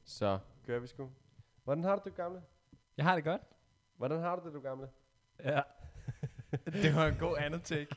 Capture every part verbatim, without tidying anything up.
Så kører vi sgu. Hvordan har du det, gamle? Jeg har det godt. Hvordan har du det, du gamle? Ja. Det var en god andet take.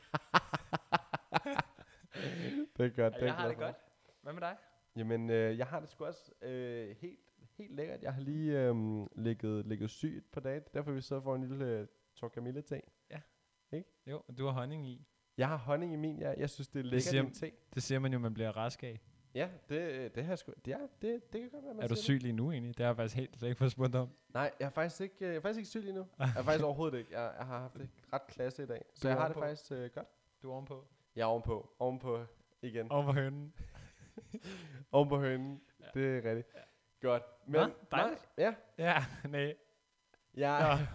Det er godt. Ja, det er jeg har glad det for. godt. Hvad med dig? Jamen, øh, jeg har det sgu også øh, helt, helt lækkert. Jeg har lige øh, ligget, ligget syg et par dage. Derfor vi sidder for en lille øh, Torcamille-te. Jo, du har honning i. Jeg har honning i min, ja. Jeg synes, det er lækkert siger- i en te. Det siger man jo, man bliver rask af. Ja, det, det har sgu... Ja, det, det kan godt være, man Er du siger syg lige nu egentlig? Det har jeg faktisk helt slet ikke fået spurgt om. det. Nej, jeg er faktisk ikke, jeg er faktisk ikke syg lige nu. Jeg er faktisk overhovedet ikke. Jeg, jeg har haft det ret klasse i dag. Så Du er jeg har det ovenpå. faktisk øh, godt. Du er ovenpå. Jeg er ovenpå. Ovenpå igen. Oven på hønnen. Ovenpå hønen. Ja. Det er rigtigt. Ja. Godt. Nå, dejligt. nej, ja. Ja, nej. Jeg Nå.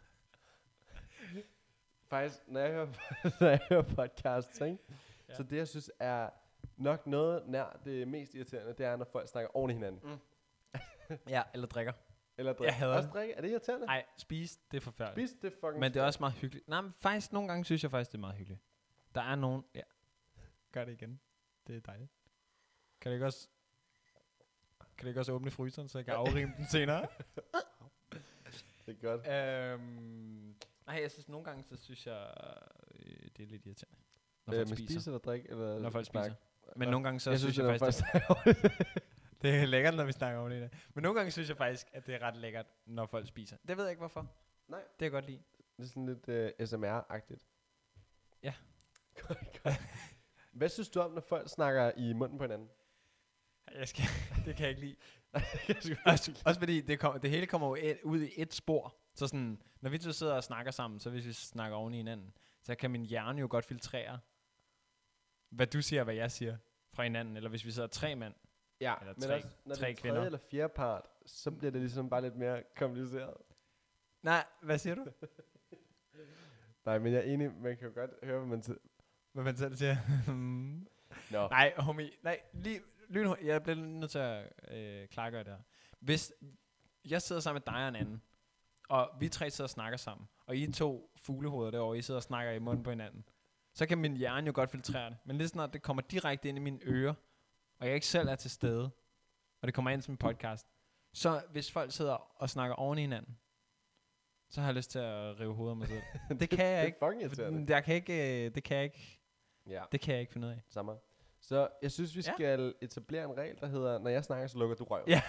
faktisk, når jeg hører, når jeg hører podcasts, ikke? Ja. Så det, jeg synes er nok noget nær det mest irriterende, det er, når folk snakker oven i hinanden. Mm. Ja, eller drikker. Eller drikke. Jeg hader Også det. drikke? Er det irriterende? Nej, spise, det er forfærdeligt. Spis det fucking... Men det er også meget hyggeligt. Nej, men faktisk nogle gange synes jeg faktisk, det er meget hyggeligt. Der er nogen... Ja. Gør det igen. Det er dejligt. Kan du ikke også... Kan du ikke også åbne fryseren, så jeg kan afrime den senere? Det er godt. øhm, nej, jeg synes nogle gange, så synes jeg, øh, det er lidt irriterende. Når Øh, folk med spiser. spise eller drikke? Eller Når folk snakke? spiser. Men nogle gange så jeg synes, synes, jeg det faktisk, er det, faktisk... det er lækkert, når vi snakker om det i dag. Men nogle gange synes jeg faktisk, at det er ret lækkert, når folk spiser. Det ved jeg ikke hvorfor. Nej. Det kan jeg godt lide. Det er sådan lidt uh, S M R-agtigt. Ja. Godt, godt. Hvad synes du om, når folk snakker i munden på hinanden? Jeg skal, det kan jeg ikke lide. Jeg skulle- også, også fordi det, kom, det hele kommer jo et, ud i et spor. Så sådan, når vi to sidder og snakker sammen, så hvis vi snakker oven i hinanden, så kan min hjerne jo godt filtrere, hvad du siger og hvad jeg siger fra hinanden. Eller hvis vi sidder tre mand. Ja, Eller men tre- også, når tre det er kvinder. tredje eller fjerde part, så bliver det ligesom bare lidt mere kompliceret. Nej, hvad siger du? Nej, men jeg er enig, man kan jo godt høre, hvad man siger. Hvad man selv siger? Nå. Nej, homie. Nej, lige, lyn, jeg bliver nødt til at øh, klargøre det her. Hvis jeg sidder sammen med dig og en anden, og vi tre sidder og snakker sammen, og I to fuglehoveder derovre, I sidder og snakker i munden på hinanden, så kan min hjerne jo godt filtrere det. Men lige snart det kommer direkte ind i mine ører, og jeg ikke selv er til stede, og det kommer ind som en podcast, så hvis folk sidder og snakker oven i hinanden, så har jeg lyst til at rive hovedet af mig selv. Det kan jeg ikke. Det er fucking irriterende. For jeg kan ikke, øh, det kan jeg ikke, Ja, det kan jeg ikke finde ud af. samme. Så jeg synes, vi Ja. skal etablere en regel, der hedder, når jeg snakker, så lukker du røven. Ja.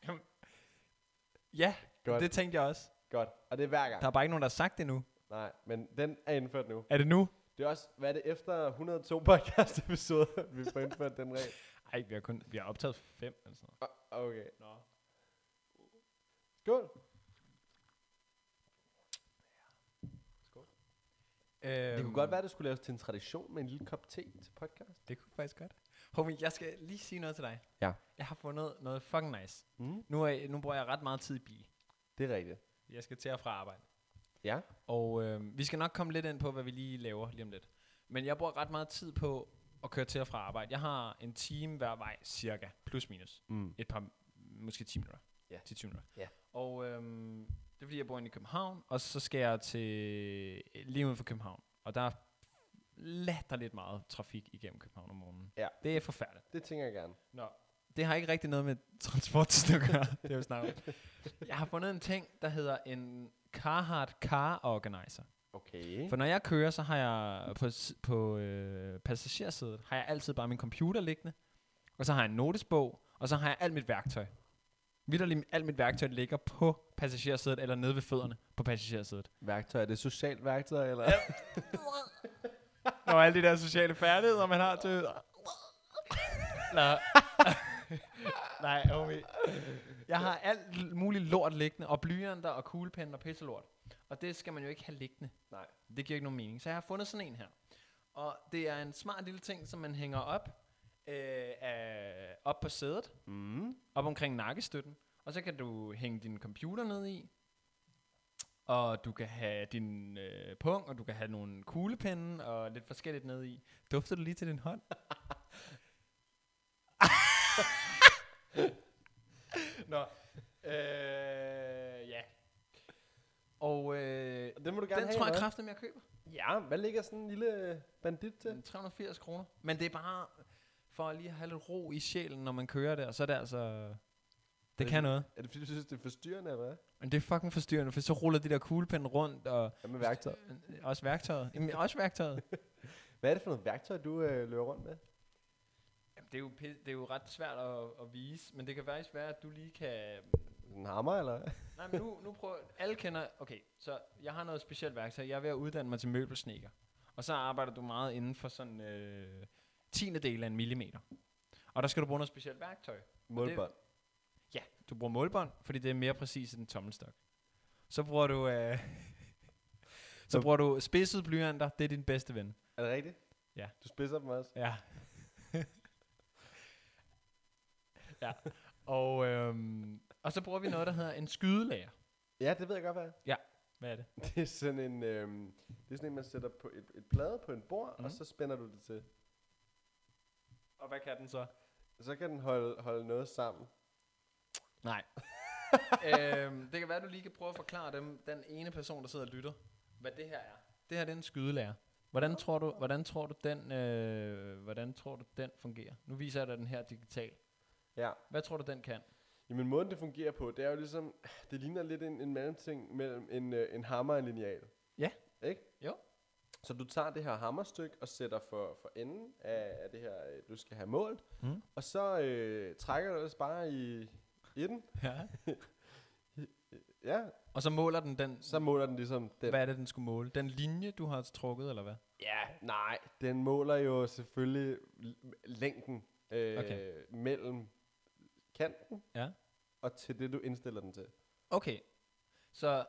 Ja, Godt. det tænkte jeg også. Godt. Og det er hver gang. Der er bare ikke nogen, der har sagt det nu. Nej, men den er indført nu. Er det nu? Det er også, hvad er det efter hundrede og to podcast episoder, vi får indført den regel. Ej, vi har kun vi har optaget fem eller sådan noget. O- Okay. Nå. Skål. Skål. Det kunne godt være, at det skulle laves til en tradition med en lille kop te til podcast. Det kunne faktisk godt. Homie, jeg skal lige sige noget til dig. Ja. Jeg har fundet noget fucking nice. Mm. Nu, er, nu bruger jeg ret meget tid i bil. Det er rigtigt. Jeg skal til og fra arbejde. Ja. Og øh, vi skal nok komme lidt ind på, hvad vi lige laver lige om lidt. Men jeg bruger ret meget tid på at køre til og fra arbejde. Jeg har en time hver vej, cirka. Plus minus. Mm. Et par, måske ti minutter. Ja. ti tyve minutter. Ja. Og øhm, det er fordi, jeg bor inde i København, og så skal jeg til lige uden for København. Og der er latterligt meget trafik igennem København om morgenen. Ja. Det er forfærdeligt. Det tænker jeg gerne. Nå. Det har ikke rigtig noget med transport at gøre, det er jo snart. Jeg har fundet en ting, der hedder en Carhartt Car Organizer. Okay. For når jeg kører, så har jeg på, s- på øh, passagersædet, har jeg altid bare min computer liggende. Og så har jeg en notesbog, og så har jeg alt mit værktøj. Vitterligt, alt mit værktøj ligger på passagersædet, eller nede ved fødderne på passagersædet. Værktøj, er det socialt værktøj, eller? Ja. Og alle de der sociale færdigheder, man har til... Nå. Nej, homie. Jeg har alt muligt lort liggende, og blyanter og kuglepen og pisselort. Og det skal man jo ikke have liggende. Nej. Det giver ikke nogen mening. Så jeg har fundet sådan en her. Og det er en smart lille ting, som man hænger op, øh, af, op på sædet, Mm. op omkring nakkestøtten. Og så kan du hænge din computer ned i. Og du kan have din øh, pung, og du kan have nogle kuglepenne og lidt forskelligt ned i. Dufter du lige til din hånd? Nå. Øh, ja. Og øh, Den må du gerne den have. tror jeg eller kraftigt, jeg køber. hvad? Ja, hvad ligger sådan en lille bandit til? tre hundrede og firs kroner. Men det er bare for lige at have lidt ro i sjælen, når man kører der. Så er det altså Det kan noget. Er det fordi, du synes, det er forstyrrende, eller hvad? Men det er fucking forstyrrende, for så ruller de der kuglepen rundt, og... Hvad med værktøj? Øh, Også værktøjet. Jamen, også værktøjet. Hvad er det for noget værktøj, du øh, løber rundt med? Jamen, det, er jo, pi- det er jo ret svært at, at vise, men det kan faktisk være, at du lige kan... En hammer, eller hvad? Nej, men nu, nu prøver... Alle kender... Okay, så jeg har noget specielt værktøj. Jeg er ved at uddanne mig til møbelsnedker. Og så arbejder du meget inden for sådan... Øh, tiende del af en millimeter. Og der skal du bruge noget specielt værktøj. Målbånd. Ja, du bruger målbånd, fordi det er mere præcis end en tommelstok. Så bruger du... Øh, så Så- bruger du spidsede blyanter. Det er din bedste ven. Er det rigtigt? Ja. Du spidser dem også? Ja. Ja. Og, øhm, og så bruger vi noget, der hedder en skydelager. Ja, det ved jeg godt, hvad er. Hvad er det? Det er sådan en, øhm, det er sådan en, man sætter på et, et plade på en bord, mm. Mhm. og så spænder du det til. Og hvad kan den så? Så kan den holde, holde noget sammen. Nej. øhm, det kan være, du lige kan prøve at forklare dem, den ene person, der sidder og lytter, hvad det her er. Det her det er en skydelager. Hvordan tror du, hvordan tror du den, øh, hvordan tror du den fungerer? Nu viser jeg dig den her digital. Ja. Hvad tror du den kan? Jamen måden det fungerer på, det er jo ligesom, det ligner lidt en, en mellemting mellem en, øh, en hammer og en lineal. Ja. Ikke? Jo. Så du tager det her hammerstykke og sætter for, for enden af, af det her, øh, du skal have målt. Mm. Og så øh, trækker du ellers bare i, i den. Ja. Ja, Og så måler den den, så måler den ligesom den. hvad er det, den skulle måle? Den linje, du har trukket, eller hvad? Ja, nej, den måler jo selvfølgelig l- længden øh, Okay. mellem kanten Ja. og til det, du indstiller den til. Okay. Så...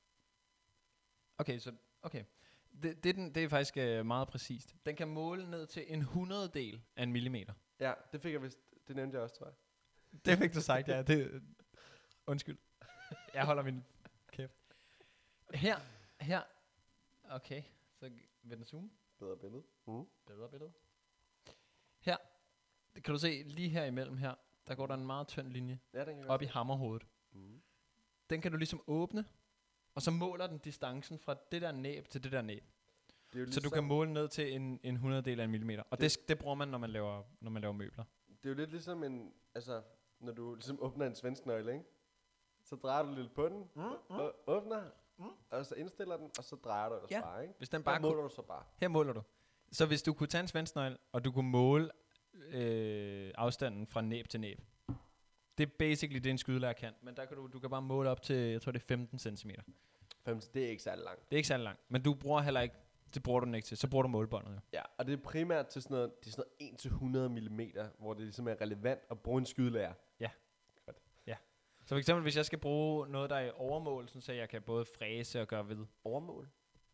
Okay, så... Okay. Det, det, er den, det er faktisk øh, meget præcist. Den kan måle ned til en hundreddel af en millimeter. Ja, det fik jeg vist, det nævnte jeg også, tror jeg. Det fik du sagt, ja. Det, undskyld. Jeg holder min kæft. Her, her. Okay, så vil den zoome. Bedre billede. Mm. Bedre billede. Her. Det kan du se lige her imellem her. Der går der en meget tynd linje Ja, den kan jeg op i godt hammerhovedet. se. Mm. Den kan du ligesom åbne, og så måler den distancen fra det der næb til det der næb. Det er jo Så du kan måle ned til en, en hundreddel af en millimeter. Og det, Det- det bruger man, når man laver, når man laver møbler. Det er jo lidt ligesom en, altså, når du ligesom åbner en svensk nøgle, ikke? Så drejer du lidt på den, Mm, og åbner, Mm. og så indstiller den, og så drejer du ellers Ja, bare, ikke? Hvis den Bare bare måler kunne, du så bare. her måler du. Så hvis du kunne tage en svensknøgle, og du kunne måle øh, afstanden fra næb til næb. Det er basically det, en skydelærer kan. Men der kan du, du kan bare måle op til, jeg tror det er femten centimeter. Fem, det er ikke særlig langt. Det er ikke særlig langt. Men du bruger heller ikke, det bruger du den ikke til. Så bruger du målbåndet jo. Ja, og det er primært til sådan noget, det er sådan noget en til hundrede millimeter, hvor det ligesom er relevant at bruge en skydelærer. Så for eksempel, hvis jeg skal bruge noget, der er i overmål, sådan så jeg kan både fræse og gøre ved. Overmål?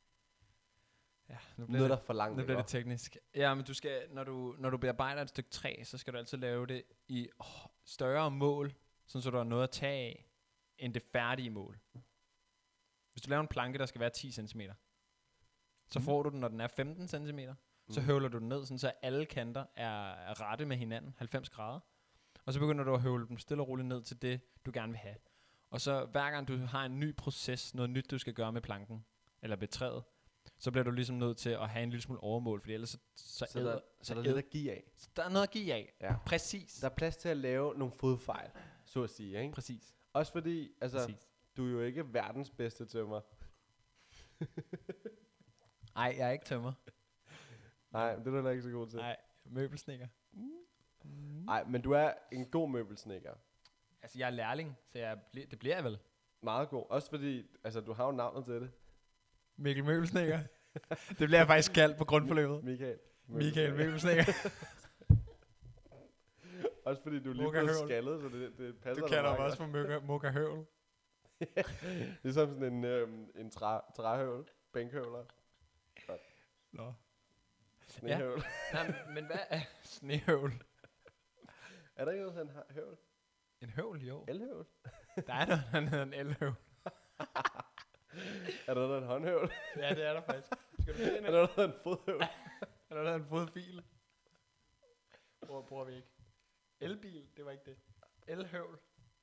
Ja, nu bliver Noget, det, der er for langt. nu bliver ikke? det teknisk. Ja, men du skal, når du, når du bearbejder et stykke træ, så skal du altid lave det i åh, større mål, sådan så du har noget at tage af, end det færdige mål. Hvis du laver en planke, der skal være ti centimeter, så Mm. får du den, når den er femten centimeter. Så Mm. høvler du den ned, sådan så alle kanter er, er rette med hinanden, halvfems grader. Og så begynder du at høvle dem stille og roligt ned til det, du gerne vil have. Og så hver gang du har en ny proces, noget nyt, du skal gøre med planken, eller med træet, så bliver du ligesom nødt til at have en lille smule overmål, fordi ellers så, så, Så, æder, der, så der er lidt at give af. så der er noget at give af. Ja. Præcis. Der er plads til at lave nogle fodfejl, så at sige, ikke? Præcis. Også fordi, altså, Præcis. du er jo ikke verdens bedste tømmer. Ej, jeg er ikke tømmer. Nej, det er du heller ikke så god til. Nej, møbelsnedker. Nej, men du er en god møbelsnedker. Altså, jeg er lærling, så jeg bl- det bliver jeg vel. Meget god. Også fordi, altså, du har jo navnet til det. Mikkel Møbelsnedker. Det bliver jeg faktisk kaldt på grundforløbet. Michael. Michael Møbelsnedker. Også fordi du er lige Mokka blevet høvl. skaldet, så det, det passer Du dig kalder meget mig også for Mokka, Mokka Høvl. godt. Ligesom sådan en, øhm, en træ, træhøvl. Bænkhøvler. Nå. Snehøvl. Nej, men- men hvad er snehøvl? Er der ikke noget, der hedder en høvl? En høvl, jo. Elhøvl? Der er noget, der hedder en elhøvl. Er der noget, der hedder en håndhøvl? Ja, det er der faktisk. Skal du se Er der noget, der hedder en fodhøvl? Er der en fodfil? Hvor bruger vi ikke? Elbil, det var ikke det. Elhøvl.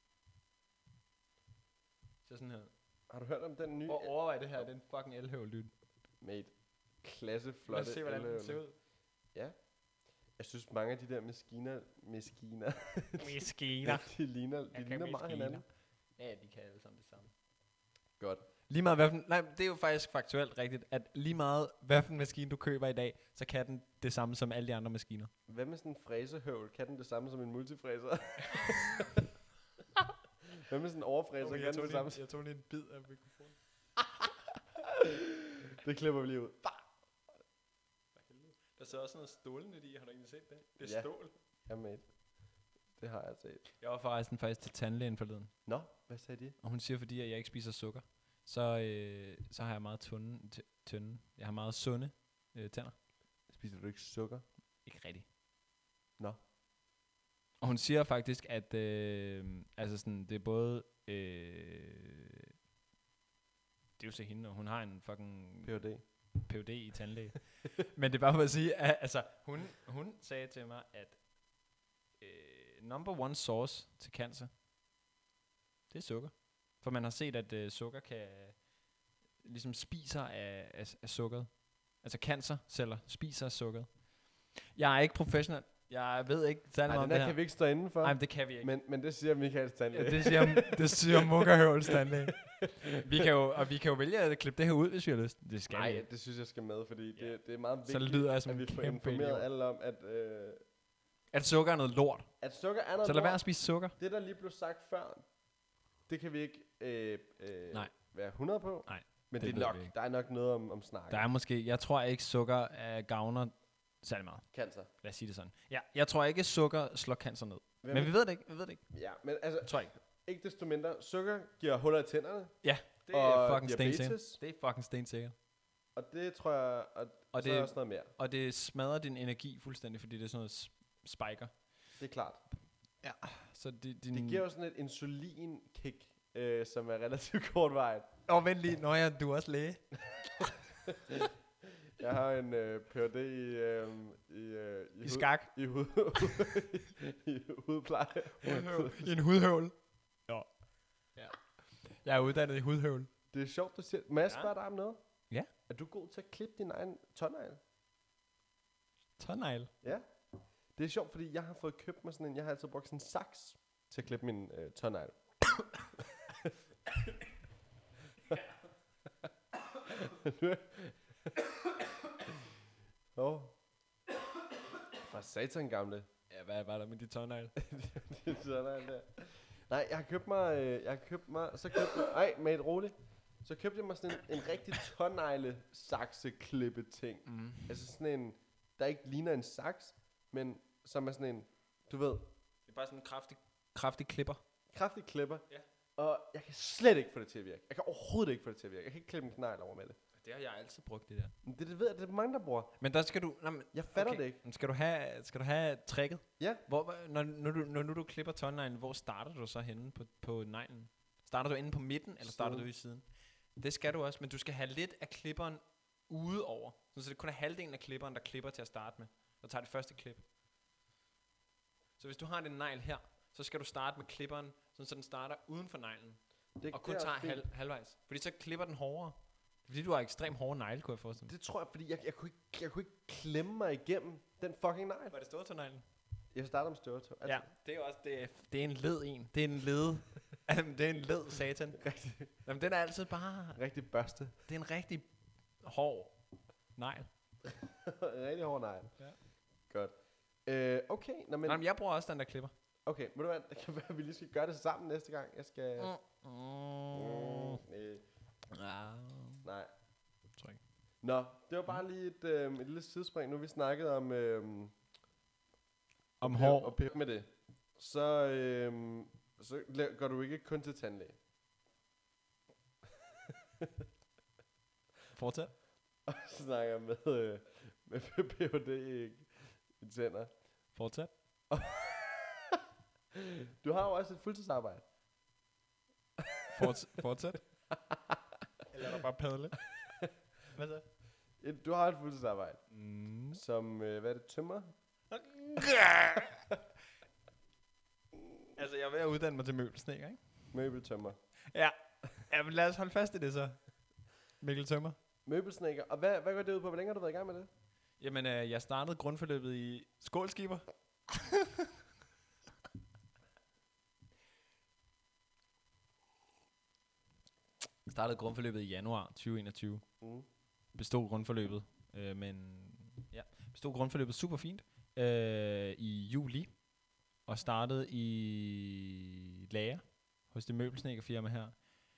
Så sådan her. Har du hørt om den nye? Og overvej det her, det er en fucking elhøvl, dude. Mate. Klasse Lad os flotte se, hvordan den elhøvl. ser ud. Jeg synes, mange af de der maskiner, maskiner, Maskiner. de ligner, de ligner meget hinanden. Ja, de kan alle sammen det samme. Godt. Lige meget hvad for, nej, det er jo faktisk faktuelt rigtigt, at lige meget hvad for en maskine du køber i dag, så kan den det samme som alle de andre maskiner. Hvad med sådan en fræsehøvl? Kan den det samme som en multifræser? Hvad med sådan en overfræser? Okay, kan den det samme? jeg tog lige en bid af mikrofonen. Det klipper vi lige ud. Der sidder også noget stålende i, har du ikke set det? Det er Ja. stål. Ja, mate. Det har jeg set. Jeg var forresten faktisk til tandlægen forleden, Nå, hvad sagde de? og hun siger, fordi at jeg ikke spiser sukker, så, øh, så har jeg meget tynde, t- tynde. Jeg har meget sunde øh, tænder. Spiser du ikke sukker? Ikke rigtigt. Nå. Og hun siger faktisk, at øh, altså sådan, det er både... Øh, det er jo så hende, og hun har en fucking P H D. P H D i tandlæge. Men det er bare for at sige, at altså, hun, hun sagde til mig, at øh, number one source til cancer, det er sukker. For man har set, at øh, sukker kan ligesom spiser af, af, af sukkeret. Altså cancerceller spiser af sukkeret. Jeg er ikke professionel. Jeg ved ikke særlig Nej, meget om den det der her. kan vi ikke stå inden for. Nej, men det kan vi ikke. Men, men det siger Michaels tandlæge. Ja, det siger, det siger Mukkerhøvels tandlæge. Vi kan jo, og vi kan jo vælge at klippe det her ud, hvis vi har lyst. Det skal Nej, vi. det synes jeg skal med, fordi Ja. det, det er meget Så vigtigt, lyder jeg som at en vi får kæmpe informeret idiot. alle om, at, øh, At sukker er noget lort. at sukker er noget Så lad være at lort. spise sukker. Det, der lige blev sagt før, det kan vi ikke øh, øh, Nej. være hundrede på. Nej, Men det det, ved er nok, vi ikke. der er nok noget om, om snakken. Der er måske, jeg tror ikke sukker er gavner særlig meget. Cancer. Lad os sige det sådan. Ja, jeg tror ikke sukker slår cancer ned. Hvem Men vi ved det ikke, vi ved det ikke. Ja, men altså, Jeg tror ikke. ikke desto mindre, sukker giver huller i tænderne. Ja, det er og fucking stensikkert. diabetes. Det er fucking stensikkert. Og det tror jeg, og, Og og så det- er der også noget mere. Og det smadrer din energi fuldstændig, fordi det er sådan noget s- spiker. Det er klart. Så det, din... Det giver jo sådan et insulin-kick, øh, som er relativt kortvarigt. Åh, oh, vent lige. Nå ja, du er også læge. Jeg har en øh, P H D i, øh, i, øh, i, I hud- skak. i, hud, i hudpleje. I en hudhøvl. Ja. ja. Jeg er uddannet i hudhøvl. Det er sjovt, du siger. Må jeg Ja. spørge dig om noget? Ja. Er du god til at klippe din egen tånegl? Tånegl. Ja. Det er sjovt, fordi jeg har fået købt mig sådan en, jeg har altid brugt sådan en saks til at klippe min øh, tånegl. Åh. oh. For satan gamle. Ja, hvad var der med de tånegl? Det er sådan der. Nej, jeg har købt mig, øh, jeg har købt mig, så købte jeg, nej, med et roligt. Så købte jeg mig sådan en, en rigtig tånegle sakseklippe ting. Mm. Altså sådan en, der ikke ligner en saks, men som er sådan en, du ved, Det er bare sådan en kraftig, kraftig klipper. kraftig klipper. Ja. Og jeg kan slet ikke få det til at virke. Jeg kan overhovedet ikke få det til at virke. Jeg kan ikke klippe en knegl over med det. Det har jeg altid brugt, det der. Men det, det ved jeg, det er mange, der bruger. Men der skal du... Nå, men, Jeg fatter det ikke. Men skal du have, skal du have tricket? Ja. Hvor, hvor- når, når, du, når nu du klipper tåneglen, hvor starter du så henne på, på neglen? Starter du inde på midten, eller starter Siden. du i siden? Det skal du også, men du skal have lidt af klipperen ude over. Så det kun er halvdelen af klipperen, der klipper til at starte med. Og tager det første klip. Så hvis du har den negl her, så skal du starte med klipperen, sådan så den starter uden for neglen. Det, Og kun det er tager også fint. halv, halvvejs. Fordi så klipper den hårdere. Fordi du har ekstremt hårde negle, kunne jeg forestille mig. Det tror jeg, fordi jeg, jeg, kunne ikke, jeg kunne ikke klemme mig igennem den fucking negl. Var det store tåneglen? Jeg starter med størretå. Altså, Ja, det er også det. Er, det er en led en. Det er en led. det er en led satan. Rigtig, Jamen, den er altid bare... rigtig børste. Det er en rigtig hård negl. rigtig hård negl. Ja. Godt. Øh, okay, nå, men, Men, jeg bruger også den der klipper. okay, ved du hvad, det kan være, at vi lige skal gøre det sammen næste gang. Jeg skal... Mm. Mm, øh, Ja, nej. tror jeg ikke. Nå, det var bare lige et, øh, et lille sidespring. Nu har vi snakket om... Øh, Om og hår. pip med det. Så, øh, så la- går du ikke kun til tandlæge. Fortsæt. Og så snakker jeg med, øh, med P H D i, i tænder. Fortsæt. Du har jo også et fuldtidsarbejde. Fortsæt. Fortsæt. Eller er der bare padle? Hvad så? Et, du har et fuldtidsarbejde. Mm. Som, øh, hvad er det, tømrer? Altså, jeg er ved at uddanne mig til møbelsnedker, ikke? Møbeltømrer. Ja. Ja, men lad os holde fast i det så. Mikkel Tømmer. Møbelsnedker. Og hvad, hvad går det ud på? Hvor længe har du været i gang med det? Jamen, øh, jeg startede grundforløbet i Skålskiber. Jeg startede grundforløbet i januar tyve enogtyve. Mm. Bestod grundforløbet, øh, men ja, bestod grundforløbet super fint øh, i juli. Og startede i lager hos det møbelsnedkerfirma her.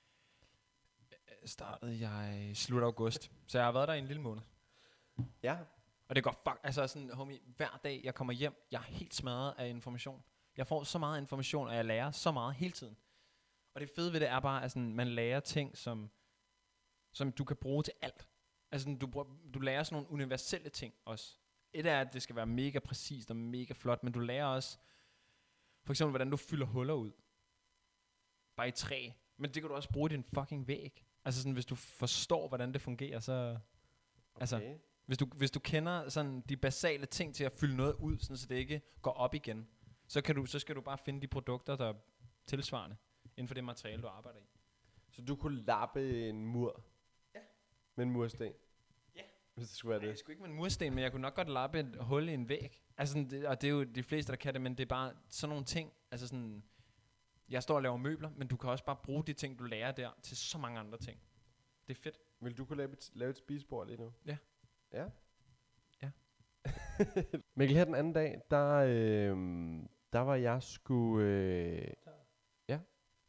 Startede jeg slut august, så jeg har været der i en lille måned. Ja. Og det går fuck, altså sådan, homie, hver dag jeg kommer hjem, jeg er helt smadret af information. Jeg får så meget information, og jeg lærer så meget hele tiden. Og det fede ved det er bare, at sådan, man lærer ting, som, som du kan bruge til alt. Altså sådan, du, bruger, du lærer sådan nogle universelle ting også. Et er, at det skal være mega præcist og mega flot, men du lærer også, for eksempel, hvordan du fylder huller ud. Bare i træ. Men det kan du også bruge i din fucking væg. Altså sådan, hvis du forstår, hvordan det fungerer, så... Okay. Altså, hvis du, hvis du kender sådan de basale ting til at fylde noget ud, sådan, så det ikke går op igen, så, kan du, så skal du bare finde de produkter, der er tilsvarende, inden for det materiale, du arbejder i. Så du kunne lappe en mur? Ja. Med en mursten? Ja. Hvis det skulle være Nej, det. det skulle ikke med en mursten, men jeg kunne nok godt lappe et hul i en væg. Altså sådan, det, og det er jo de fleste, der kan det, men det er bare sådan nogle ting, altså sådan... Jeg står og laver møbler, men du kan også bare bruge de ting, du lærer der, til så mange andre ting. Det er fedt. Vil du kunne lave et, lave et spisebord lige nu? Ja. Ja? Ja. Mikkel, her den anden dag, der, øh, der var jeg sgu... Øh, ja.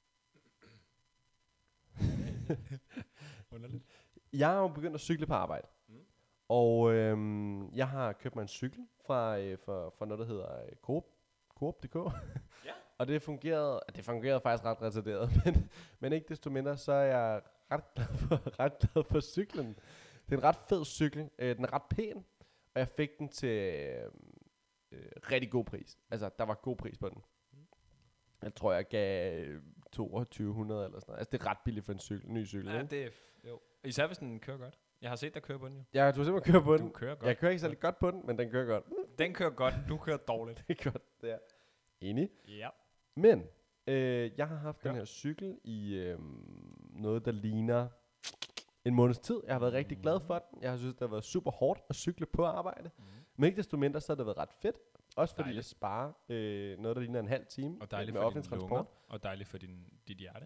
Underligt. Jeg har jo begyndt at cykle på arbejde. Mm. Og øh, jeg har købt mig en cykel fra, øh, fra, fra noget, der hedder øh, Coop. Coop punktum d k. Ja. Og det fungerede, det fungerede faktisk ret retarderet, men, men ikke desto mindre, så er jeg ret glad for, ret glad for cyklen. Det er en ret fed cykel, øh, den er ret pæn, og jeg fik den til øh, øh, rigtig god pris. Altså, der var god pris på den. Jeg tror, jeg gav toogtyve hundrede eller sådan noget. Altså, det er ret billigt for en cykel, en ny cykel, Ja, ikke? det er f- jo. Især hvis den kører godt. Jeg har set dig køre på den jo. Ja, du har simpelthen kørt på Du den. kører godt. Jeg kører ikke særlig godt på den, men den kører godt. Den kører godt, du kører dårligt. Det er godt, det er. Enig. Ja. Men, øh, jeg har haft Kør. den her cykel i øh, noget, der ligner en måneds tid. Jeg har været rigtig glad for den. Jeg har synes, det har været super hårdt at cykle på arbejde. Mm. Men ikke desto mindre, så har det været ret fedt. Også fordi Dejligt. jeg sparer øh, noget, der ligner en halv time Og dejligt med for offentlig dine transport. lunger, og dejligt for din, dit hjerte.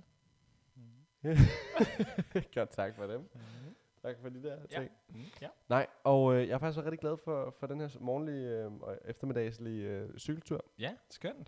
Godt, tak for dem. Mm. Tak for de der Ja. ting. Mm. Ja. Nej, og øh, jeg har faktisk været rigtig glad for, for den her morgenlige øh, og eftermiddagslige øh, cykeltur. Ja, skønt.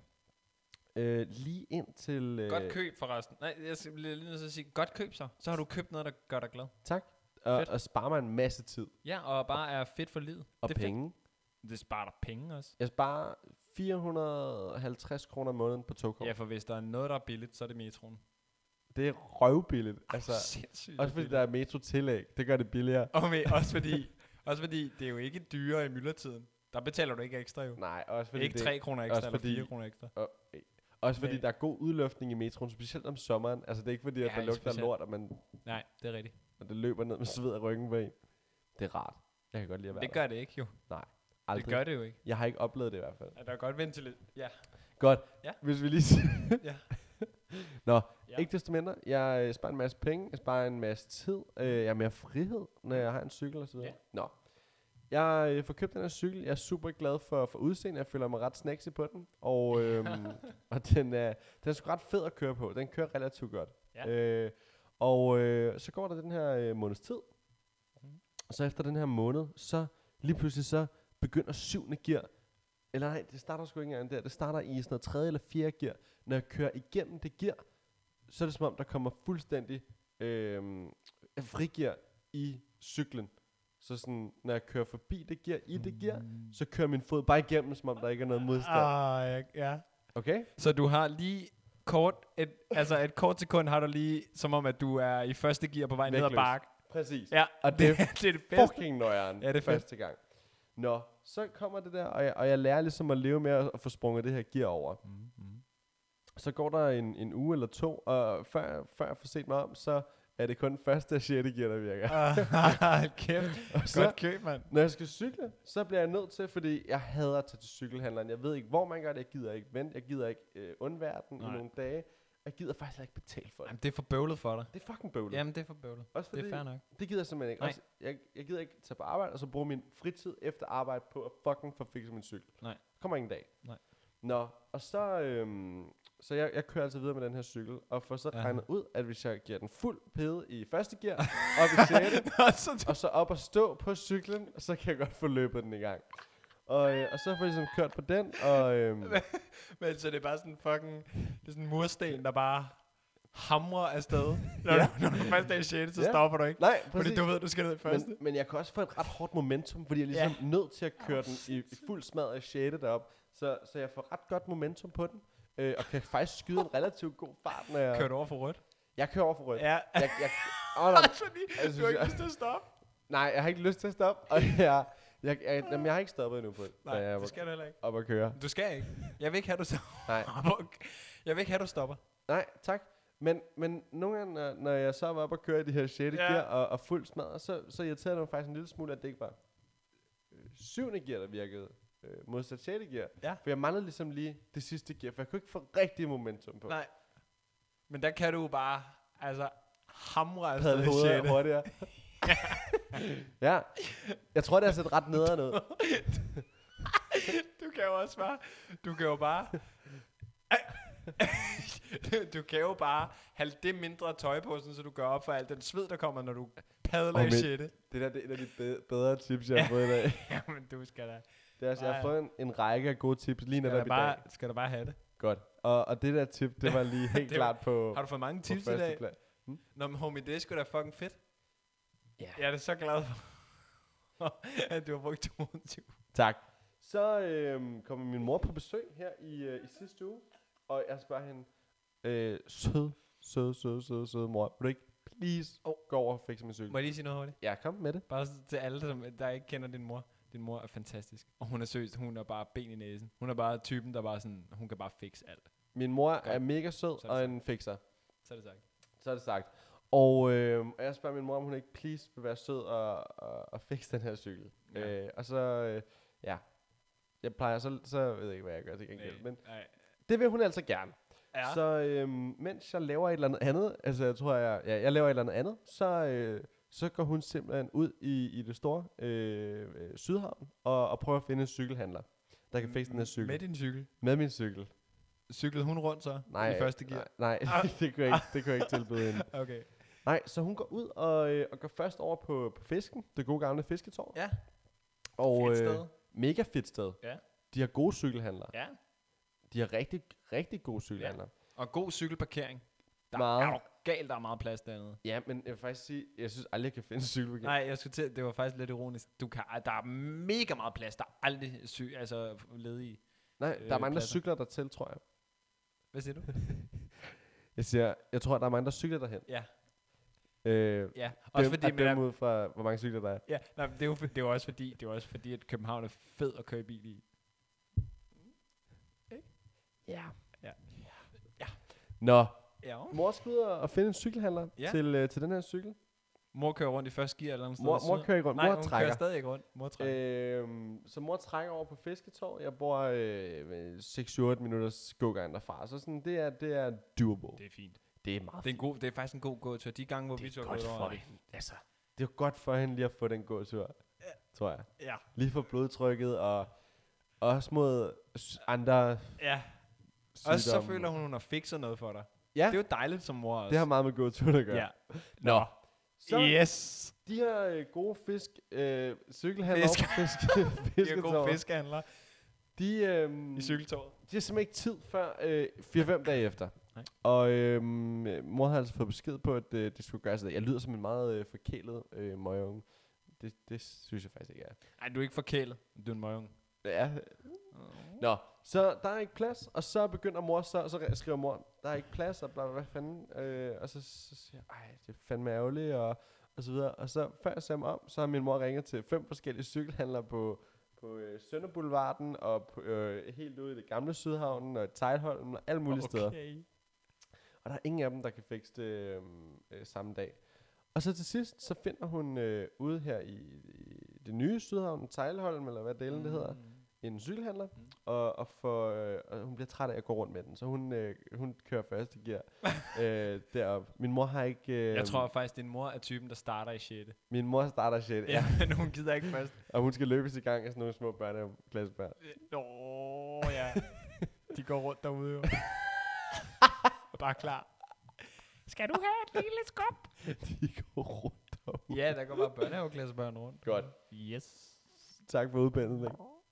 Øh, lige ind til... Øh, Godt køb forresten. Nej, jeg skal lige nødt til at sige, godt køb så. Så har du købt noget, der gør dig glad. Tak. Og, Fedt. og sparer mig en masse tid Ja, og bare er fedt for livet. og det er penge. Fedt. Det sparer dig penge også. Jeg sparer fire hundrede og halvtreds kroner om måneden på togkort. Ja, for hvis der er noget, der er billigt, så er det metroen. Det er røvbilligt. Altså, Sindssygt. også fordi der er metro-tillæg. Det gør det billigere. Og med, også, fordi, også fordi, det er jo ikke dyrere i myldretiden. Der betaler du ikke ekstra jo. Nej, også fordi Ikke det, tre kroner ekstra, også eller fordi- fire kroner ekstra. og, øh, også fordi Men- der er god udluftning i metroen, specielt om sommeren. Altså det er ikke fordi, at Ja, der ikke lugter specielt. lort, og, man, Nej, det er rigtigt. og det løber ned med sved af ryggen på en. Det er rart. Jeg kan godt lide at være Det der. gør det ikke jo. Aldrig. Det gør det jo ikke. Jeg har ikke oplevet det i hvert fald. Ja, der er godt ventileret. Ja. Godt. Ja. Hvis vi lige siger... Ja. Nå, Ja. ikke desto mindre. Jeg øh, sparer en masse penge. Jeg sparer en masse tid. Øh, jeg har mere frihed, når jeg har en cykel og så videre. Ja. Nå. Jeg øh, får købt den her cykel. Jeg er super glad for, for udseendet. Jeg føler mig ret snacksy på den. Og, øhm, og den er, den er sgu ret fed at køre på. Den kører relativt godt. Ja. Øh, og øh, så går der den her øh, måneds tid. Mhm. Og så efter den her måned, så lige pludselig så begynder syvende gear. Eller nej, det starter sgu ikke engang der. Det starter i sådan noget tredje eller fjerde gear. Når jeg kører igennem det gear, så er det som om, der kommer fuldstændig øh, frigear i cyklen. Så sådan, når jeg kører forbi det gear, i det gear, så kører min fod bare igennem, som om der ikke er noget modstand. Ah, ja. Okay? Så du har lige kort, et, altså et kort sekund har du lige, som om at du er i første gear på vej ned ad Vægtløs. bakke. Præcis. Ja, Og det, det det, det er det bedste. Fucking nøjeren. Ja, det er fedt. første gang. Nå, så kommer det der, og jeg, og jeg lærer ligesom at leve med at, at få sprunget det her gear over. Mm, mm. Så går der en, en uge eller to, og før, før jeg får set mig om, så er det kun første og sjette gear, der virker. Ah, kæft. Og så, Godt køb, mand. når jeg skal cykle, så bliver jeg nødt til, fordi jeg hader at tage til cykelhandleren. Jeg ved ikke, hvor man gør det. Jeg gider ikke vente. Jeg gider ikke øh, undvære den Nej. i nogle dage. jeg gider faktisk ikke betale for det. Jamen, det er for bøvlet for dig. Det er fucking bøvlet. Jamen, det er for bøvlet. Også fordi, Det er fair nok. det gider jeg simpelthen ikke. Nej. Også, jeg, jeg gider ikke tage på arbejde, og så bruge min fritid efter arbejde på at fucking få fikset min cykel. Nej. Kommer ingen dag. Nej. Nå, og så, øhm, så jeg, jeg kører altså videre med den her cykel, og får så Ja. regnet ud, at hvis jeg giver den fuld pede i første gear, op i sjette, og så op og stå på cyklen, så kan jeg godt få løbet den i gang. Og, øh, og så får jeg ligesom kørt på den, og... Øhm, Men så det er bare sådan fucking... Det er sådan en mursten, der bare hamrer afsted. Når, Ja. du, når du først er i sjette, så Ja. stopper du ikke. nej, Fordi præcis. du ved, du skal ned i første. Men, men jeg kan også få et ret hårdt momentum, fordi jeg er ligesom ja. nødt til at køre den i, i fuld smad i sjette derop. Så, så jeg får ret godt momentum på den, øh, og kan faktisk skyde en relativt god fart, når jeg... Kører du over for rødt? Jeg kører over for rødt. Ja. Jeg, jeg, åh, nej, Fordi Altså, du har ikke jeg- lyst til at stoppe. nej, jeg har ikke lyst til at stoppe, og jeg, jeg, jeg, jamen, jeg har ikke stoppet endnu på det, Nej, da jeg det var skal du heller ikke. op at køre. Du skal ikke. Jeg vil ikke have, du stopper. Nej, Jeg vil ikke have, du stopper. nej, tak. Men, men nogle gange, når, når jeg så var oppe og køre i de her sjette Ja. gear og, og fuld smadret, så, så irriterede det mig faktisk en lille smule, at det ikke var øh, syvende gear, der virkede. Øh, modsat sjette gear. Ja. For jeg manglede ligesom lige det sidste gear, for jeg kunne ikke få rigtig momentum på. Nej. Men der kan du jo bare, altså, hamre Padle afsted i hovedet sjette. hurtigere. Ja. Jeg tror, det er set ret nederen ud. Du kan jo også bare, du kan jo bare, du kan jo bare have det mindre tøj på, sådan, så du gør op for alt den sved, der kommer, når du padler Og i men- sjette. Det der det er et af de be- bedre tips, jeg har fået i dag. Jamen, du skal da, Det er, altså, jeg har fået en, en række af gode tips lige skal netop da i dag. bare, skal da bare have det. Godt. Og, og det der tip, det var lige helt Det var- klart på, Har du fået mange på tips i første dag? plads. Nå, men homie, det er sgu da fucking fedt. Ja. Jeg er da så glad for, at du har brugt toogtyve. Tak. Så øhm, kommer min mor på besøg her i, øh, i sidste uge, og jeg spørger hende, øh, sød, sød, sød, sød, sød mor, vil du ikke please Oh. gå over og fikse min cykel? Må jeg lige sige noget hurtigt? Ja, kom med det. Bare s- til alle, som, der ikke kender din mor. Din mor er fantastisk. Og hun er seriøst, hun er bare ben i næsen. Hun er bare typen, der bare sådan, hun kan bare fikse alt. Min mor Godt. er mega sød Så er det og sagt. en fikser. Så er det sagt. Så er det sagt. Og øh, jeg spørger min mor, om hun ikke please vil være sød og, og, og fikse den her cykel. Ja. Ja. Øh, og så, øh, ja. Jeg plejer, så, så ved jeg ikke, hvad jeg gør til gengæld. Men Nej. det vil hun altså gerne. Ja. Så øh, mens jeg laver et eller andet andet, altså jeg tror, jeg, ja, jeg laver et eller andet andet, så, øh, så går hun simpelthen ud i, i det store øh, øh, Sydhavn og, og prøver at finde en cykelhandler, der kan fikse den her cykel. Med din cykel. Med min cykel. Cyklede hun rundt så? Nej, I første gear? nej, nej det, kunne jeg ikke, det kunne jeg ikke tilbyde hende. Okay. Nej, så hun går ud og, øh, og går først over på, på fisken, det gode gamle fisketårn. Ja. Og Fedt øh, sted. mega fedt sted. Ja. De har gode cykelhandlere. Ja. De har rigtig, rigtig gode cykelhandlere. Og god cykelparkering. Der Meget. er jo galt, der er meget plads dernede. Ja, men jeg vil faktisk sige, jeg synes aldrig, jeg kan finde en cykelparkering. Nej, jeg skulle til, det var faktisk lidt ironisk. Du kan, der er mega meget plads, der er aldrig sy, altså ledige. Nej, der er øh, mange, der pladser. cykler der til, tror jeg. Hvad siger du? Jeg siger, jeg tror, der er mange, der cykler derhen. Ja. Øh, Ja, også dem, fordi, at men, dømme ud fra, hvor mange cykler der er. ja, nej, det er jo for, det er jo også fordi, det er jo også fordi, at København er fed at køre i bil i. Ja. Ja. Ja. Nå, Ja. mor skal ud og og finde en cykelhandler Ja. til, øh, til den her cykel. Mor kører rundt i første gear eller andet sted. Mor, i mor syd. kører ikke rundt, Nej, mor hun trækker. kører stadig ikke rundt. Mor trækker. Øhm, så mor trækker over på Fisketorv. Jeg bor øh, seks til otte minutters gågang derfra. Så sådan, det er, det er doable. Det er fint. Det er meget Det er, en god, det er faktisk en god gåtur. De gange, hvor vi Det to er er godt gået over. for er det- hende. Altså, det er jo godt for hende lige at få den gåtur, Ja. tror jeg. Ja. Lige for blodtrykket og også mod s- andre Ja. sygdomme. Også så føler hun, hun har fikset noget for dig. Ja, Det er jo dejligt som mor også. det har meget med gåtur at gøre. Ja. Nå. Så Yes. de her øh, gode fisk, øh, cykelhandler Fisk. over på fisk, De er Fisketorv, gode fiskehandler de, øh, i cykeltoget. de har simpelthen ikke tid før øh, fire fem dage efter. Nej. Og øh, mor havde altså fået besked på, at øh, det skulle gøres i dag. Jeg lyder som en meget øh, forkælet øh, møgeunge. Det, det synes jeg faktisk ikke er. Nej, du er ikke forkælet. Du er en møgung. Ja. Nå, så der er ikke plads, og så begynder mor, så, så skriver mor, der er ikke plads, og bla, bla, hvad fanden, øh, og så, så siger jeg, ej, det er fandme ærgerligt, og, og så videre. Og så, før jeg ser mig om, så har min mor ringet til fem forskellige cykelhandlere på, på øh, Sønderboulevarden, og på, øh, helt ude i det gamle Sydhavnen, og Tejlholm, og alle mulige okay. steder. Og der er ingen af dem, der kan fikse det øh, øh, samme dag. Og så til sidst, så finder hun øh, ude her i, i det nye Sydhavn, Tejlholm, eller hvad delen det hedder, en cykelhandler, Mm. og, og, for, øh, og hun bliver træt af at gå rundt med den, så hun, øh, hun kører første gear øh, derop. Min mor har ikke... Øh, Jeg tror faktisk, din mor er typen, der starter i sjette. Min mor starter shit, ja. Ja, men hun gider ikke først. Og hun skal løbes i gang af sådan nogle små børneklassebørn. Nå, ja. De går rundt derude jo. Og bare klar. Skal du have et lille skub? De går rundt derude. Ja, der går bare børnehaveklassebørn rundt. Godt. Yes. Tak for udbændelsen.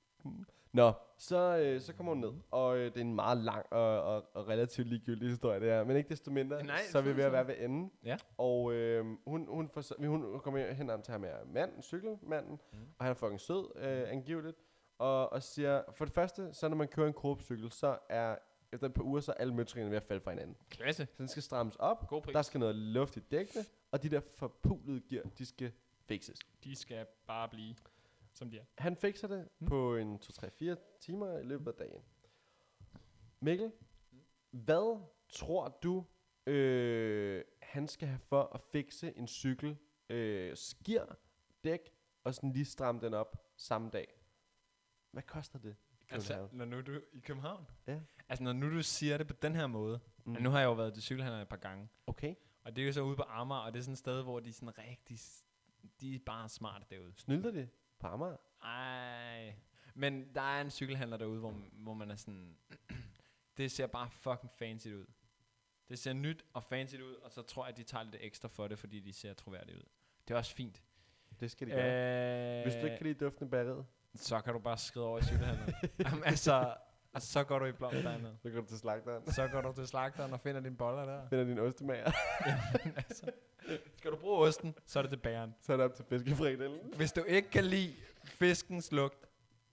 Nå, så, øh, så kommer hun ned, og øh, det er en meget lang og, og, og relativt ligegyldig historie, det her. Men ikke desto mindre, Nej, så er vi ved at fuldstændig. være ved enden. Ja. Og øh, hun, hun, får, hun kommer hen om til ham her mand, cykelmanden, Mm. og han er fucking sød, øh, angiveligt. Og, og siger, for det første, så når man kører en Coop-cykel, så er efter et par uger, så er alle møtringerne ved at falde fra hinanden. Klasse. Så den skal strammes op, God pris. der skal noget luft i dækkene, og de der forpulede gear, de skal fikses. De skal bare blive, som de er. Han fikser det Mm. mm. på en to tre fire timer i løbet af dagen. Mikkel, Mm. hvad tror du, øh, han skal have for at fikse en cykel, øh, skir, dæk, og sådan lige stramme den op samme dag? Hvad koster det i København? Altså, når nu du i København? Ja. Altså, når nu du siger det på den her måde. Mm. Mm. Nu har jeg jo været til cykelhandler et par gange. Okay. Og det er jo så ude på Amager, og det er sådan et sted, hvor de er sådan rigtig... s- De er bare smarte derude. Snylder det på Amager? Ej. Men der er en cykelhandler derude, hvor, hvor man er sådan... det ser bare fucking fancy ud. Det ser nyt og fancy ud, og så tror jeg, at de tager lidt ekstra for det, fordi de ser troværdige ud. Det er også fint. Det skal de gøre. Øh, Hvis du ikke kan lide duften af bageriet, så kan du bare skride over i cykelhandleren. Jamen, altså, og så går du i blomst dernede. så går du til slagteren. Så går du til slagteren og finder dine boller der. Finder din ostemager. Jamen, altså, skal du bruge osten, så er det til bageren. Så er det op til fiskefredelen. Hvis du ikke kan lide fiskens lugt,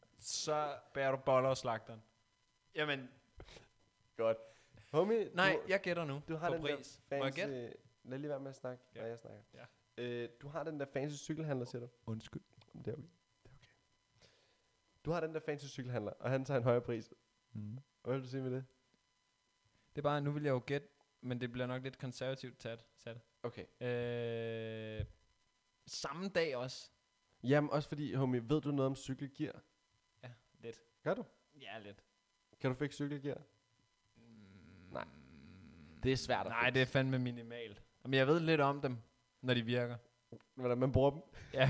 så bærer du boller og slagteren. Jamen, Godt. Homie, nej, du, jeg gætter nu du har på den der pris. Må jeg gætte? fancy... Lad lige være med at snakke, Ja. når jeg snakker. Ja. Øh, du har den der fancy cykelhandler, siger du? Undskyld. Det er okay. Det er okay. Du har den der fancy cykelhandler, og han tager en højere pris. Mm. Hvad vil du sige med det? Det er bare, nu vil jeg jo gætte, men det bliver nok lidt konservativt sat. sat. Okay. Øh, samme dag også. Jamen også fordi, homie, ved du noget om cykelgear? Ja, lidt. Gør du? Ja, lidt. Kan du fikse cykelgear? Mm. Nej. Det er svært at Nej, fikse. det er fandme minimalt. Men jeg ved lidt om dem, når de virker. Hvordan man bruger dem? Ja.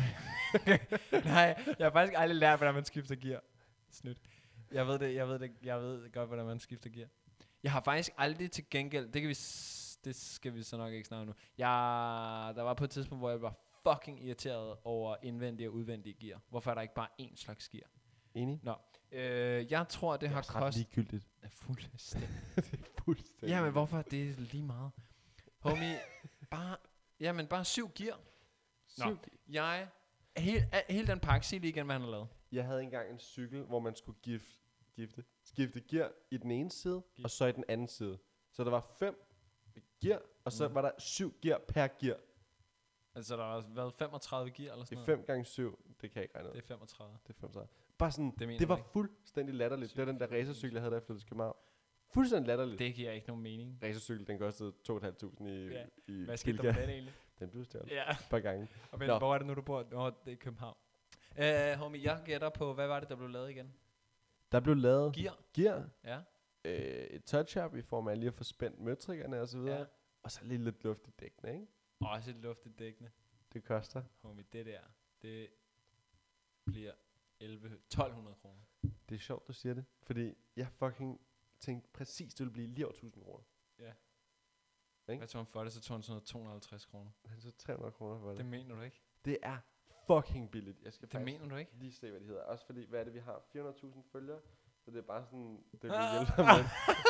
Nej, jeg har faktisk aldrig lært, hvordan man skifter gear. Snydt. Jeg ved det, jeg ved det, jeg ved godt, hvordan man skifter gear. Jeg har faktisk aldrig til gengæld, det kan vi, s- det skal vi så nok ikke snakke nu. Jeg, der var på et tidspunkt, hvor jeg var fucking irriteret over indvendige og udvendige gear. Hvorfor er der ikke bare én slags gear? Enig? Nå, øh, jeg tror, det har også ret kostet... ligegyldigt. Ja, fuldstændig. Det er fuldstændig. Ja, men hvorfor? Det er lige meget. Homie, bare, jamen bare syv gear. Nå. Syv- Jeg, hele, hele den pakke, sig lige igen, hvad han har lavet. Jeg havde engang en cykel, hvor man skulle gif, gifte, skifte gear i den ene side, Gift. og så i den anden side. Så der var fem gear, og så Mm. var der syv gear per gear. Altså, der har været femogtredive gear eller Det sådan er noget. fem gange syv, det kan jeg ikke regne ud. Det er femogtredive. Det er femogtredive. Bare sådan, Det det, mener det du var ikke? fuldstændig latterligt. Syv, Det var den der fire, racercykel, jeg havde, da jeg flyttede til København. Fuldstændig latterligt. Det giver ikke nogen mening. Racercykel, den kostede to tusind fem hundrede i, Ja. i Hvad skete der Bilka. med den egentlig? Den blev stjålet Ja. et par gange. Og men, Nå. hvor er det nu, du bor? Nå, det er i København. Uh, homie, jeg gætter på, hvad var det, der blev lavet igen? Der blev lavet Gear? gear, Ja. øh, et touch-up i form af lige at få spændt møtrikkerne og så videre. Ja. Og så lige lidt luft i dækkene, ikke? Også et luftigt dækkende. Det koster. Homie, det der, det bliver elleve tolv hundrede kroner. Det er sjovt, du siger det. Fordi jeg fucking tænkte præcis, det ville blive lige over tusind kroner. Ja. Ikke? Hvad tog han for det? Så tog han sådan noget to hundrede og halvtreds kroner. Han så tre hundrede kroner for det. Det mener du ikke? Det er fucking billigt. Jeg skal Det faktisk mener du ikke? lige se, hvad det hedder. Også fordi, hvad er det, vi har? fire hundrede tusind følgere. Så det er bare sådan, det vil Ah. hjælpe med.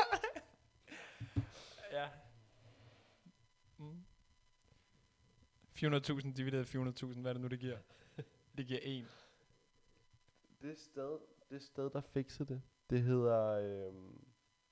Ja. Mm. fire hundrede tusind divideret fire hundrede tusind, hvad er det nu, det giver? Det giver en. Det sted, det sted, der fikser det, det hedder... Øhm,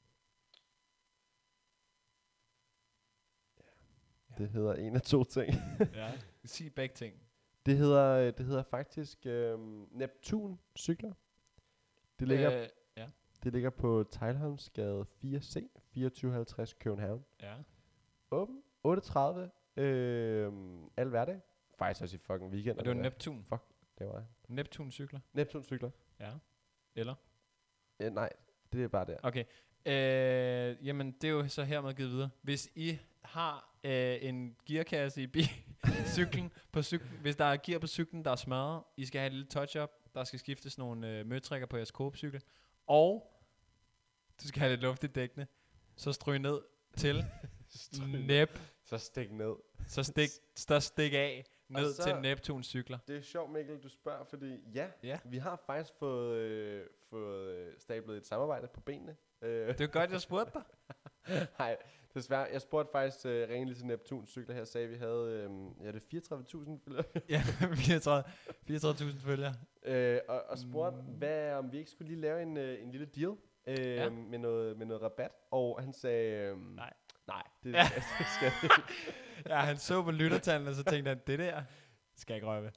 Ja. det hedder en af to ting. Ja. Sig begge ting. det hedder, øh, det hedder faktisk øhm, Neptun Cykler. Det ligger, Øh, ja. det ligger på Teglholmsgade fire C, fireogtyve halvtreds København. Ja. Åben, otte tredive, øhm, al hverdag. Faktisk også i fucking weekend. Og det var Neptun. Fuck, det var Neptun cykler. Neptun Cykler. Ja. Eller? Øh, nej, det er bare der. Okay. Øh, jamen, det er jo så hermed givet videre. Hvis I har øh, en gearkasse i bi- cyklen, på cyklen, hvis der er gear på cyklen, der er smadret, I skal have et lille touch-up, der skal skiftes nogle øh, møtrikker på jeres Coop-cykel, og du skal have lidt luft i dækkene, så stryg ned til Nep, Så stik ned. så stik, så stik af ned så- til Neptuns cykler. Det er sjovt, Mikkel, du spørger, fordi ja, Ja. vi har faktisk fået, øh, fået øh, stablet et samarbejde på benene. Øh, Det er godt, jeg spurgte dig. Nej, desværre. Jeg spurgte faktisk øh, ringede til Neptuns cykler her, sagde vi havde, øh, ja, det er fireogtredive tusind følgere. Ja, fireogtredive tusind følgere. øh, og, og spurgte, Mm. hvad, om vi ikke skulle lige lave en, øh, en lille deal øh, Ja. med, noget, med noget rabat. Og han sagde, øh, Nej. nej, det, Ja. det skal jeg ikke. Ja, han så på lyttertallene, og så tænkte han, det der skal jeg ikke røre ved.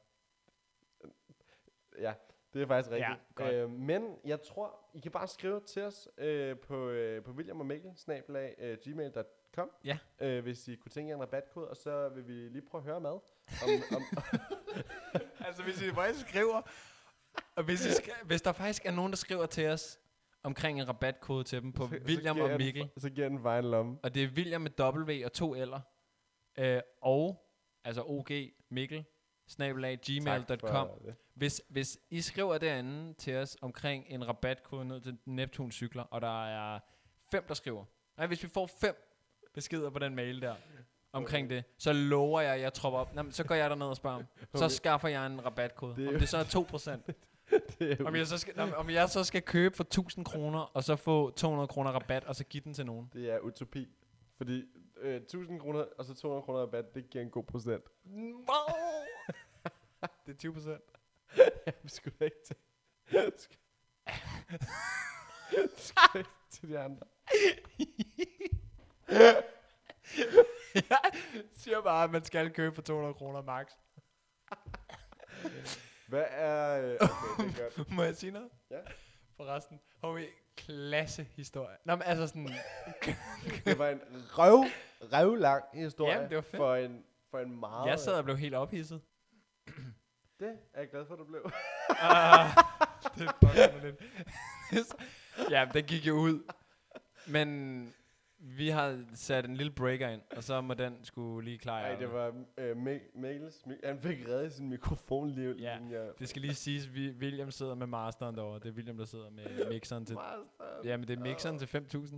Ja, det er faktisk Ja, rigtigt. godt. øh, men jeg tror, I kan bare skrive til os øh, på, øh, på William og Mikkel, snabelag, øh, gmail punktum com, Ja. øh, hvis I kunne tænke jer en rabatkode, og så vil vi lige prøve at høre med. Om, om, Altså, hvis I faktisk skriver, og hvis, I skri- hvis der faktisk er nogen, der skriver til os omkring en rabatkode til dem på så- så William giver og jeg den- Mikkel, Så giver den en vejen lomme. og det er William med W og to L'er, øh, og, altså O G, Mikkel, snabelag, gmail punktum com. Tak for det. Hvis, hvis I skriver derinde til os omkring en rabatkode ned til Neptuns cykler, og der er fem, der skriver. Nej, hvis vi får fem beskeder på den mail der, omkring det, så lover jeg, at jeg tropper op. Nå, men så går jeg derned og spørger om. Så Okay. skaffer jeg en rabatkode. Det er Om jo- det så er to procent. Det er jo- Om jeg, så skal, om, om jeg så skal købe for tusind kroner, og så få to hundrede kroner rabat, og så give den til nogen. det er utopi. Fordi øh, tusind kroner og så to hundrede kroner rabat, det giver en god procent. Det er tyve procent. Jeg skulle da ikke til. Skal- Skal ikke til de andre. Jeg siger bare, at man skal købe for to hundrede kroner max. Hvad er... Øh, okay, det er godt. Må jeg sige noget? Ja. Forresten. Homie, klasse historie. Nå, men altså sådan... Det var en røv, røvlang historie. Jamen, det var fedt. For en, for en meget... Jeg sad og blev helt ophidset. Det er jeg glad for, du blev. uh, det fucker mig lidt. Ja, den gik jo ud. Men vi har sat en lille breaker ind, og så må den skulle lige klare. Nej, det var øh, Mik- Mikkels... Mik- han fik reddet sin mikrofon lige. Ja, lige Det skal lige siges, vi, William sidder med masteren derovre. Det er William, der sidder med mixeren til... Ja, men det er mixeren til fem tusind.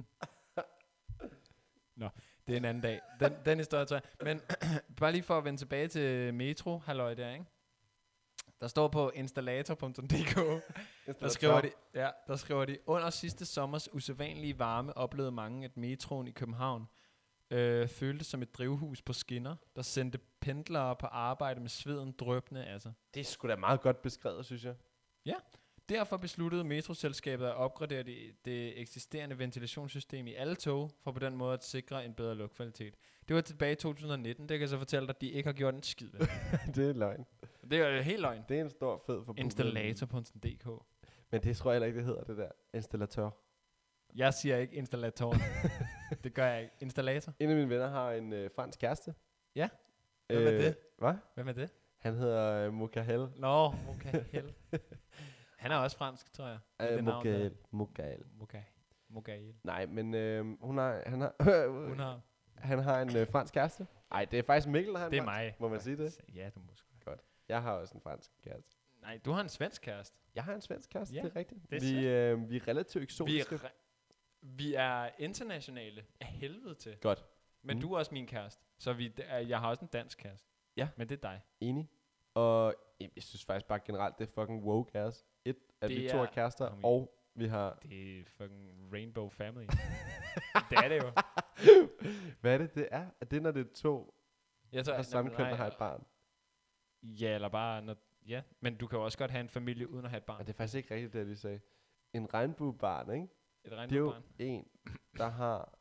Nå, det er en anden dag. Den, den historie tror jeg. Men bare lige for at vende tilbage til Metro, halløj der, ikke? Der står på installator punktum d k, der skriver, de, ja, der skriver de, under sidste sommers usædvanlige varme oplevede mange, at metroen i København øh, føltes som et drivhus på skinner, der sendte pendlere på arbejde med sveden dryppende af sig. Det er sgu da meget godt beskrevet, synes jeg. Derfor besluttede metroselskabet at opgradere det, det eksisterende ventilationssystem i alle tog, for på den måde at sikre en bedre luftkvalitet. Det var tilbage i to tusind og nitten, det kan jeg så fortælle dig, at de ikke har gjort en skid ved. Det er løgn. Det er jo helt løgn. Det er en stor fed forbud. Installator punktum d k. Men det tror jeg heller ikke, det hedder, det der. Installatør. Jeg siger ikke installator. Det gør jeg ikke. Installator. En af mine venner har en øh, fransk kæreste. Ja. Hvem er det? Hvad? Hvem er det? Han hedder øh, Mukahel. Nå, okay. Hell. Han er også fransk, tror jeg. med Øh, det navn der. Mukahel. Mukahel. Mokay. Mokay. Nej, men øh, hun har, han har, Hun har. han har en øh, fransk kæreste. Nej, det er faktisk Mikkel, der har en Det er fransk. mig. Må man sige det? Ja, du må sgu. Jeg har også en fransk kæreste. Nej, du har en svensk kæreste. Jeg har en svensk kæreste, Ja, det er rigtigt. det er vi, øh, vi er relativt Vi eksotiske. er, re- vi er internationale af helvede til. Godt. Men Mm. du er også min kæreste. Så vi, d- er- jeg har også en dansk kæreste. Ja. Men det er dig. Enig. Og jeg, jeg synes faktisk bare generelt, det er fucking woke af os. Et, at Det vi to er- er kærester, Homie. og vi har... Det er fucking Rainbow Family. det er det jo. Hvad er det, det er? Er det, når det er to Jeg tror, af samme nej, køn, der har nej, et barn? Ja, eller bare... Når, ja, men du kan jo også godt have en familie uden at have et barn. Og det er faktisk ikke rigtigt, det jeg lige sagde. En regnbuebarn, ikke? Et Det er jo regnbuebarn. en, der har...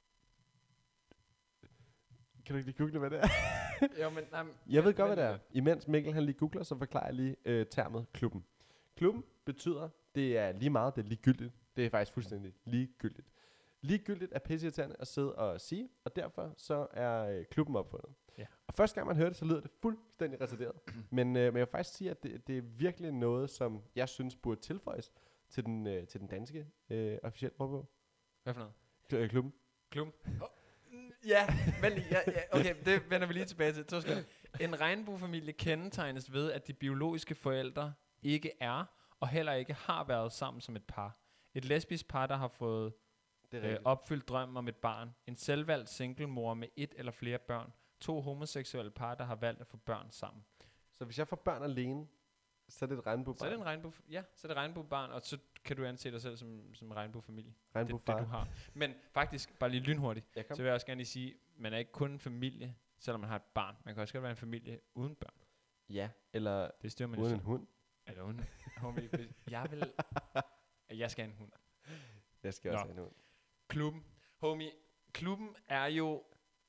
Kan du ikke lige google, hvad det er? Jo, men... Nej, men- Jeg ved men- godt, hvad det men- er. Imens Mikkel han lige googler, så forklarer jeg lige øh, termet klubben. Klubben betyder, det er lige meget, det er ligegyldigt. Det er faktisk fuldstændig ligegyldigt. Ligegyldigt er pisseirriterende at sidde og sige, og derfor så er øh, klubben opfundet. Ja. Og første gang man hører det, så lyder det fuldstændig retarderet. men, øh, men jeg vil faktisk sige, at det, det er virkelig noget, som jeg synes burde tilføjes til den, øh, til den danske øh, officielle ordbog. Hvad for noget? Kl- øh, klubben. Klubben? Oh, ja, men ja, ja, okay, det vender vi lige tilbage til. To sekunder. En regnbuefamilie kendetegnes ved, at de biologiske forældre ikke er, og heller ikke har været sammen som et par. Et lesbisk par, der har fået Det er øh, rigtigt. opfyldt drømmen om et barn. En selvvalgt singlemor med et eller flere børn. To homoseksuelle par, der har valgt at få børn sammen. Så hvis jeg får børn alene, så er det et regnbuebarn. Så er det en regnbue, ja, så er det regnbuebarn, og så kan du anse dig selv som, som en regnbuefamilie. Det, Regnbuefar. det du har. Men faktisk, bare lige lynhurtigt, Jeg kom. så vil jeg også gerne lige sige, man er ikke kun en familie, selvom man har et barn. Man kan også godt være en familie uden børn. Ja, eller Det styrer man jo uden en selv. hund. Eller uden. Homie, hvis- jeg vil... Jeg skal have en hund. Jeg skal også Nå. have en hund. Klubben. Homie, klubben er jo...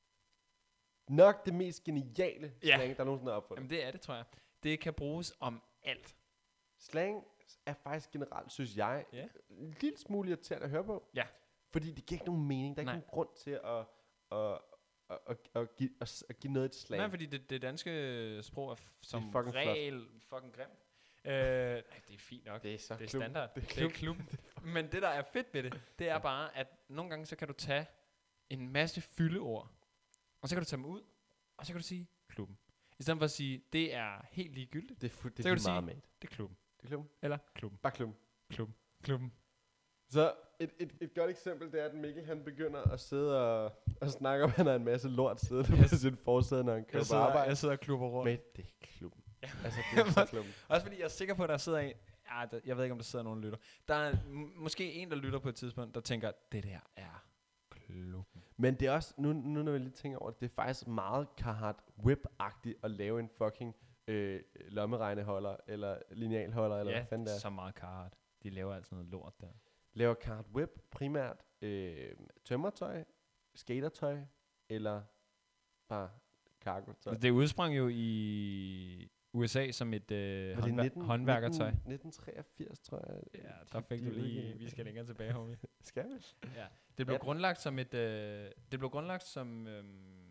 Nok det mest geniale Ja. slang, der nogensinde er opfundet. Jamen det er det, tror jeg. Det kan bruges om alt. Slang er faktisk generelt, synes jeg, Ja. en lille smule irriterende at høre på. Ja. Fordi det giver ikke nogen mening. Der er Nej. ikke nogen grund til at, at, at, at, at, give, at, s- at give noget et slang. Nej, fordi det, det danske sprog er f- som fucking flot. regel fucking grimt. Øh, nej, det er fint nok. det er så Det er klub. standard. Det er Det er klub. klubben. Men det, der er fedt ved det, det er bare, at nogle gange, så kan du tage en masse fyldeord, og så kan du tage dem ud, og så kan du sige klubben. I stedet for at sige, det er helt ligegyldigt. Det er, fu- det Så er kan du lige meget sige- med. Det er klubben. Det er klubben. Eller klubben. Bare klubben. Klubben. Klubben. Så et, et, et godt eksempel, det er, at Mikkel han begynder at sidde og, og snakke om, at han har en masse lort siddende Yes. på sin forsæde, når han kører Jeg på sidder, arbejde. jeg sidder og klubber rundt. Men det er klubben. Ja. Altså, det er så klubben. Også fordi jeg er sikker på, at der sidder en... Ja, der, jeg ved ikke, om der sidder nogen, der lytter. Der er m- måske en, der lytter på et tidspunkt, der tænker, det der er klubben. Men det er også, nu, nu når vi lige tænker over det, det er faktisk meget Carhartt Whip-agtigt at lave en fucking øh, lommeregneholder, eller linealholder, eller Ja, hvad fanden det er. så meget Carhartt. De laver altid noget lort der. Laver Carhartt Whip primært øh, tømmertøj, skatertøj, eller bare cargotøj? Altså, det udsprang jo i U S A som et øh, Var det håndvær- nitten håndværkertøj. nitten nitten treogfirs, tror jeg. Ja, de- der fik de du lige... udgav- Vi skal længere tilbage, homie. Skal vi? Ja. Det blev Ja. grundlagt som et... Øh, det blev grundlagt som øhm,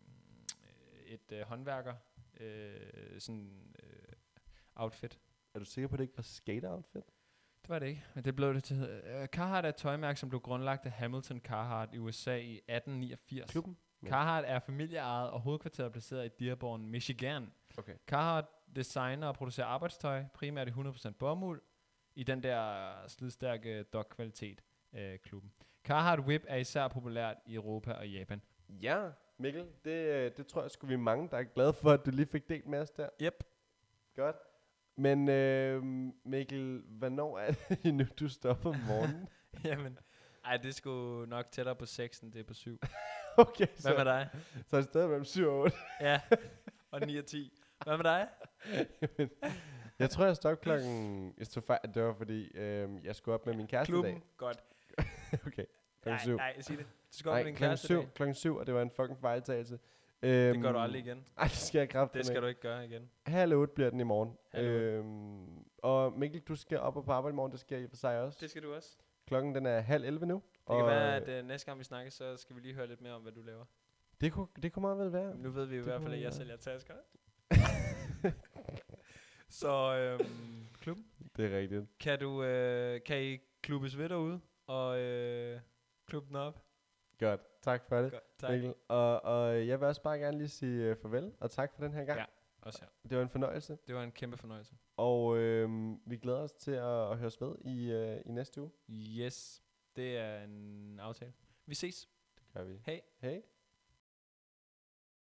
et øh, håndværker... Øh, sådan... Øh, outfit. Er du sikker på, at det ikke var skater-outfit? Det var det ikke, men det blev det til. Uh, Carhartt er et tøjmærke, som blev grundlagt af Hamilton Carhartt i U S A i atten niogfirs. Klubben? Carhartt er familieejet og hovedkvarteret placeret i Dearborn, Michigan. Okay. Carhartt designer og producerer arbejdstøj, primært i hundrede procent bomuld, i den der slidstærke dog-kvalitet, øh, klubben. Carhartt Whip er især populært i Europa og Japan. Ja, Mikkel, det, øh, det tror jeg sgu vi er mange, der er glade for, at du lige fik delt med os der. Yep. Godt. Men øh, Mikkel, hvornår er det nu, du stopper om morgenen? Jamen, ej, det er sgu nok tættere på seks, end det er på syv. Okay, Hvad så, med dig? så er det stadig mellem syv og otte. Ja, og ni og ti. Hvad med dig? Jeg tror, jeg stoppede klokken... Jeg stod fejl, det var fordi, øh, jeg skulle op med min kæreste i Klubben. dag. Godt. Okay, klokken Nej, syv. nej, sig det. Du skal op Nej, med din klokken kæreste i syv, dag. klokken syv, og det var en fucking fejltagelse. Det gør du aldrig igen. Ej, det skal jeg kraftigt Det skal du ikke gøre igen. Halv otte bliver den i morgen. Halv otte. Øhm, og Mikkel, du skal op og på arbejde i morgen, det skal jeg i og for sig også. Det skal du også. Klokken den er halv elleve nu. Det kan være, at uh, næste gang vi snakker, så skal vi lige høre lidt mere om, hvad du laver. det, kunne, det kunne meget vel være. Nu ved vi i Det hvert fald, kunne at jeg være. sælger tasker. Så øhm, klubben. Det er rigtigt. Kan, du, øh, kan I klubbes ved derude og øh, klubbe den op? Godt. Tak for det, Godt, tak. Mikkel. Og, og jeg vil også bare gerne lige sige uh, farvel, og tak for den her gang. Ja. Også her. Det var en fornøjelse. Det var en kæmpe fornøjelse. Og øhm, vi glæder os til at, at høres ved i, uh, i næste uge. Yes, det er en aftale. Vi ses. Det gør vi. Hej. Hej.